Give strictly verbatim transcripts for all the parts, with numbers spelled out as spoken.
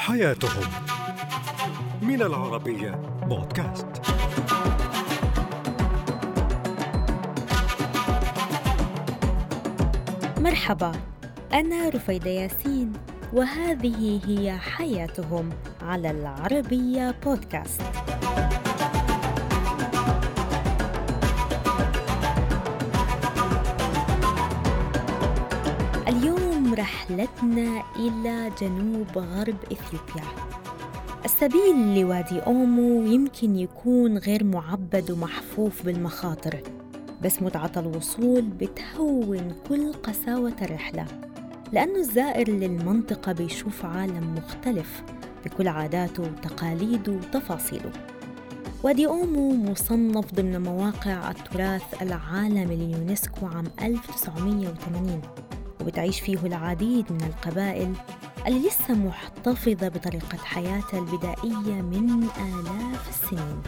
حياتهم من العربية بودكاست. مرحبا، أنا رفيدة ياسين، وهذه هي حياتهم على العربية بودكاست. اليوم رحلتنا إلى جنوب غرب إثيوبيا. السبيل لوادي أومو يمكن يكون غير معبد ومحفوف بالمخاطر، بس متعة الوصول بتهون كل قساوة الرحلة، لأنه الزائر للمنطقة بيشوف عالم مختلف بكل عاداته وتقاليده وتفاصيله. وادي أومو مصنف ضمن مواقع التراث العالمي لليونسكو عام ألف وتسعمائة وثمانين، وبتعيش فيه العديد من القبائل اللي لسه محتفظة بطريقة حياتها البدائية من آلاف السنين.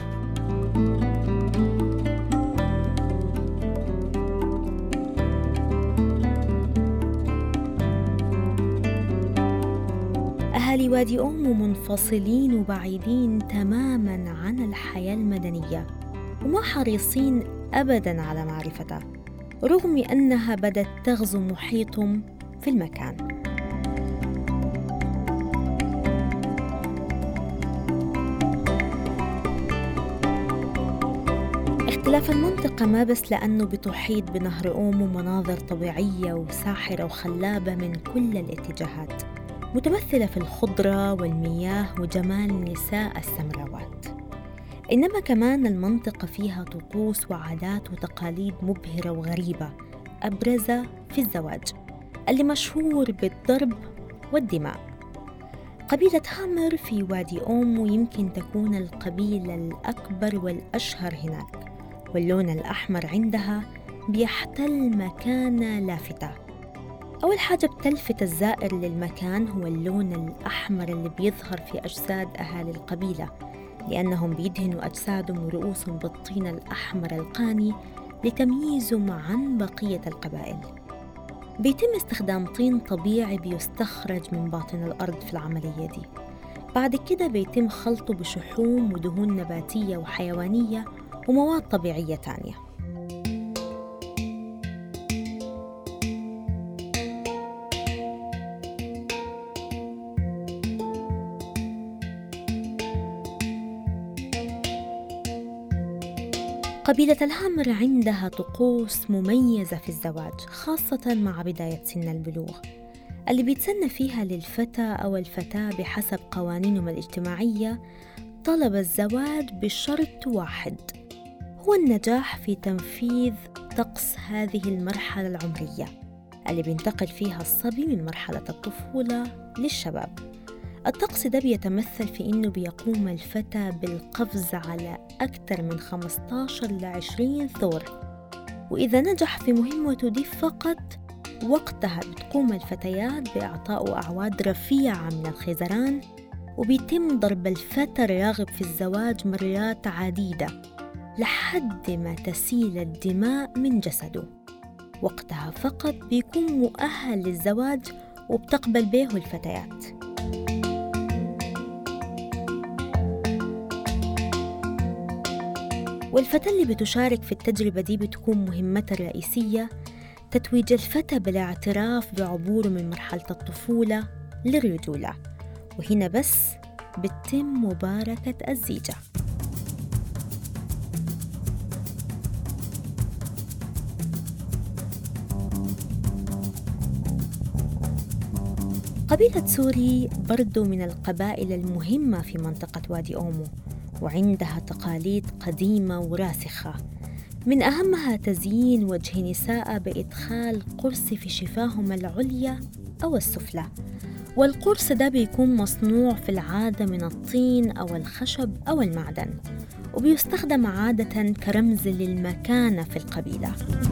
أهالي وادي أومو منفصلين وبعيدين تماماً عن الحياة المدنية، وما حريصين أبداً على معرفتها، رغم أنها بدت تغزو محيطهم في المكان. اختلاف المنطقة ما بس لأنه بتحيط بنهر أومو مناظر طبيعية وساحرة وخلابة من كل الاتجاهات، متمثلة في الخضرة والمياه وجمال النساء السمراوات، إنما كمان المنطقة فيها طقوس وعادات وتقاليد مبهرة وغريبة، أبرزها في الزواج اللي مشهور بالضرب والدماء. قبيلة هامر في وادي أومو يمكن تكون القبيلة الأكبر والأشهر هناك، واللون الأحمر عندها بيحتل مكانة لافتة. أول حاجة بتلفت الزائر للمكان هو اللون الأحمر اللي بيظهر في أجساد أهالي القبيلة، لأنهم بيدهنوا أجسادهم ورؤوسهم بالطين الأحمر القاني لتمييزهم عن بقية القبائل. بيتم استخدام طين طبيعي بيستخرج من باطن الأرض في العملية دي. بعد كده بيتم خلطه بشحوم ودهون نباتية وحيوانية ومواد طبيعية تانية. قبيلة الهامر عندها طقوس مميزة في الزواج، خاصة مع بداية سن البلوغ، اللي بيتسنى فيها للفتى أو الفتاة بحسب قوانينهم الاجتماعية طلب الزواج بشرط واحد، هو النجاح في تنفيذ طقس هذه المرحلة العمرية اللي بينتقل فيها الصبي من مرحلة الطفولة للشباب. الطقس ده بيتمثل في إنه بيقوم الفتى بالقفز على أكثر من خمسة عشر إلى عشرين ثور، وإذا نجح في مهمته دي فقط وقتها بتقوم الفتيات بإعطاء أعواد رفيعة من الخيزران، وبيتم ضرب الفتى الراغب في الزواج مرات عديدة لحد ما تسيل الدماء من جسده. وقتها فقط بيكون مؤهل للزواج وبتقبل به الفتيات. والفتاة اللي بتشارك في التجربة دي بتكون مهمتها الرئيسية تتويج الفتى بالاعتراف بعبوره من مرحلة الطفولة للرجولة، وهنا بس بتتم مباركة الزيجة. قبيلة سوري برضو من القبائل المهمة في منطقة وادي أومو، وعندها تقاليد قديمة وراسخة، من أهمها تزيين وجه نساء بإدخال قرص في شفاههم العليا أو السفلى، والقرص ده بيكون مصنوع في العادة من الطين أو الخشب أو المعدن، وبيستخدم عادة كرمز للمكانة في القبيلة.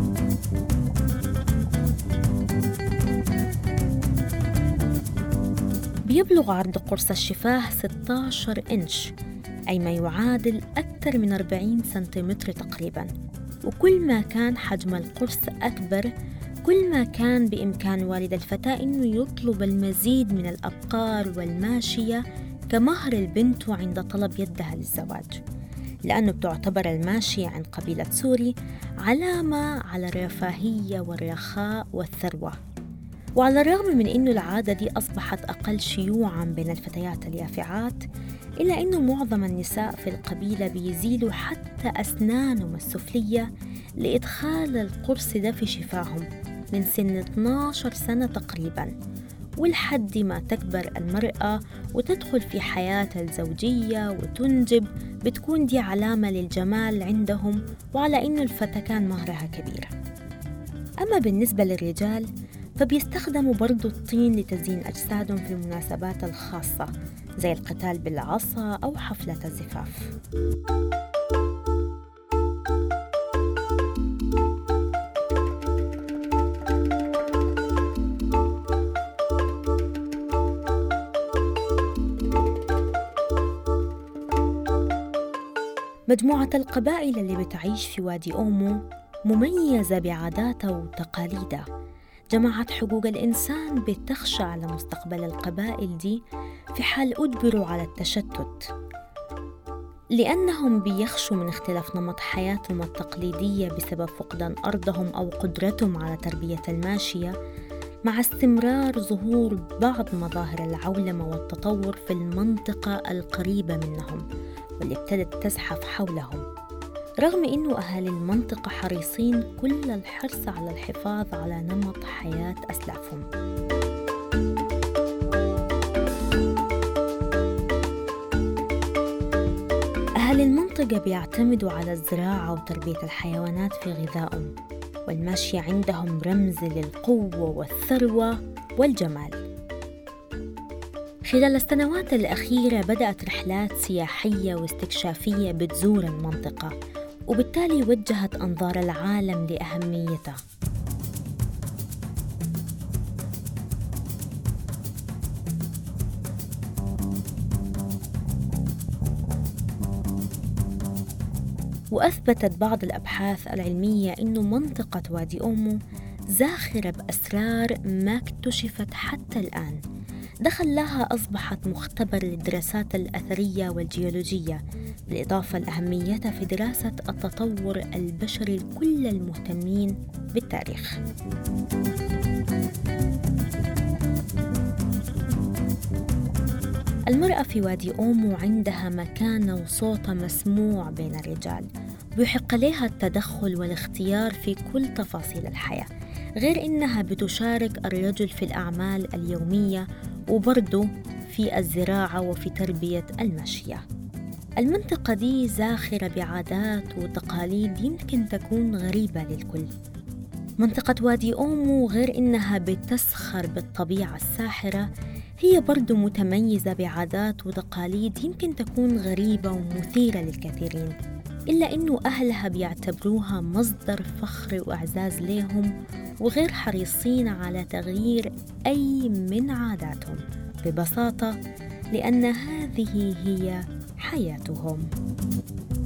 بيبلغ عرض قرص الشفاه ستة عشر إنش، أي ما يعادل أكثر من أربعين سنتيمتر تقريباً، وكل ما كان حجم القرص أكبر كل ما كان بإمكان والد الفتاة إنه يطلب المزيد من الأبقار والماشية كمهر البنت عند طلب يدها للزواج، لأنه بتعتبر الماشية عند قبيلة سوري علامة على الرفاهية والرخاء والثروة. وعلى الرغم من إنه العادة دي أصبحت أقل شيوعاً بين الفتيات اليافعات، إلا إنه معظم النساء في القبيلة بيزيلوا حتى أسنانهم السفلية لإدخال القرص ده في شفاهم من سن اثنا عشر سنة تقريباً، ولحد ما تكبر المرأة وتدخل في حياتها الزوجية وتنجب، بتكون دي علامة للجمال عندهم وعلى إنه الفتاة كان مهرها كبير. أما بالنسبة للرجال فبيستخدموا برضو الطين لتزيين أجسادهم في المناسبات الخاصة زي القتال بالعصا أو حفلة الزفاف. مجموعة القبائل اللي بتعيش في وادي أومو مميزة بعاداتها وتقاليدها. جماعة حقوق الإنسان بتخشى على مستقبل القبائل دي في حال أجبروا على التشتت، لأنهم بيخشوا من اختلاف نمط حياتهم التقليدية بسبب فقدان أرضهم أو قدرتهم على تربية الماشية، مع استمرار ظهور بعض مظاهر العولمة والتطور في المنطقة القريبة منهم واللي ابتدت تزحف حولهم، رغم إنه أهالي المنطقة حريصين كل الحرص على الحفاظ على نمط حياة أسلافهم. أهالي المنطقة بيعتمدوا على الزراعة وتربية الحيوانات في غذائهم، والماشية عندهم رمز للقوة والثروة والجمال. خلال السنوات الأخيرة بدأت رحلات سياحية واستكشافية بتزور المنطقة، وبالتالي وجهت أنظار العالم لأهميتها. وأثبتت بعض الأبحاث العلمية إنه منطقة وادي أومو زاخرة بأسرار ما اكتشفت حتى الآن، ده خلاها أصبحت مختبر للدراسات الأثرية والجيولوجية، بالإضافة لأهميتها في دراسة التطور البشري لكل المهتمين بالتاريخ. المرأة في وادي أومو عندها مكانة وصوتها مسموع بين الرجال، بيحق لها التدخل والاختيار في كل تفاصيل الحياة، غير إنها بتشارك الرجل في الأعمال اليومية وبرضه في الزراعة وفي تربية الماشية. المنطقة دي زاخرة بعادات وتقاليد يمكن تكون غريبة للكل. منطقة وادي أومو غير إنها بتسخر بالطبيعة الساحرة، هي برضو متميزة بعادات وتقاليد يمكن تكون غريبة ومثيرة للكثيرين، إلا إنه أهلها بيعتبروها مصدر فخر وإعزاز لهم، وغير حريصين على تغيير أي من عاداتهم ببساطة، لأن هذه هي حياتهم.